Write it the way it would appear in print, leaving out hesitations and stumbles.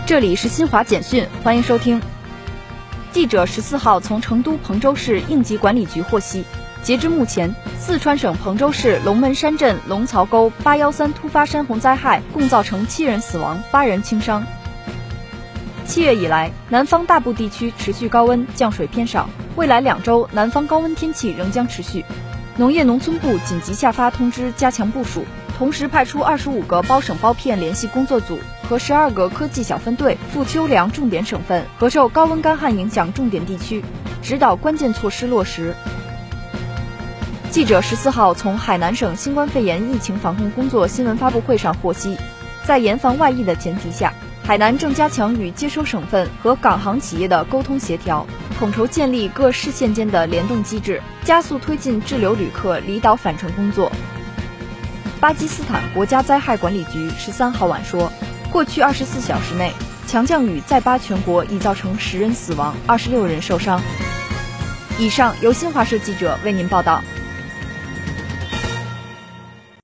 这里是新华简讯，欢迎收听。记者14号从成都彭州市应急管理局获悉，截至目前，四川省彭州市龙门山镇龙槽沟813突发山洪灾害共造成7人死亡，8人轻伤。7月以来，南方大部地区持续高温，降水偏少，未来2周南方高温天气仍将持续。农业农村部紧急下发通知，加强部署，同时派出25个包省包片联系工作组和12个科技小分队赴秋粮重点省份和受高温干旱影响重点地区，指导关键措施落实。记者14号从海南省新冠肺炎疫情防控工作新闻发布会上获悉，在严防外溢的前提下，海南正加强与接收省份和港航企业的沟通协调，统筹建立各市县间的联动机制，加速推进滞留旅客离岛返程工作。巴基斯坦国家灾害管理局13号晚说，过去24小时内，强降雨在巴全国已造成10人死亡，26人受伤。以上由新华社记者为您报道。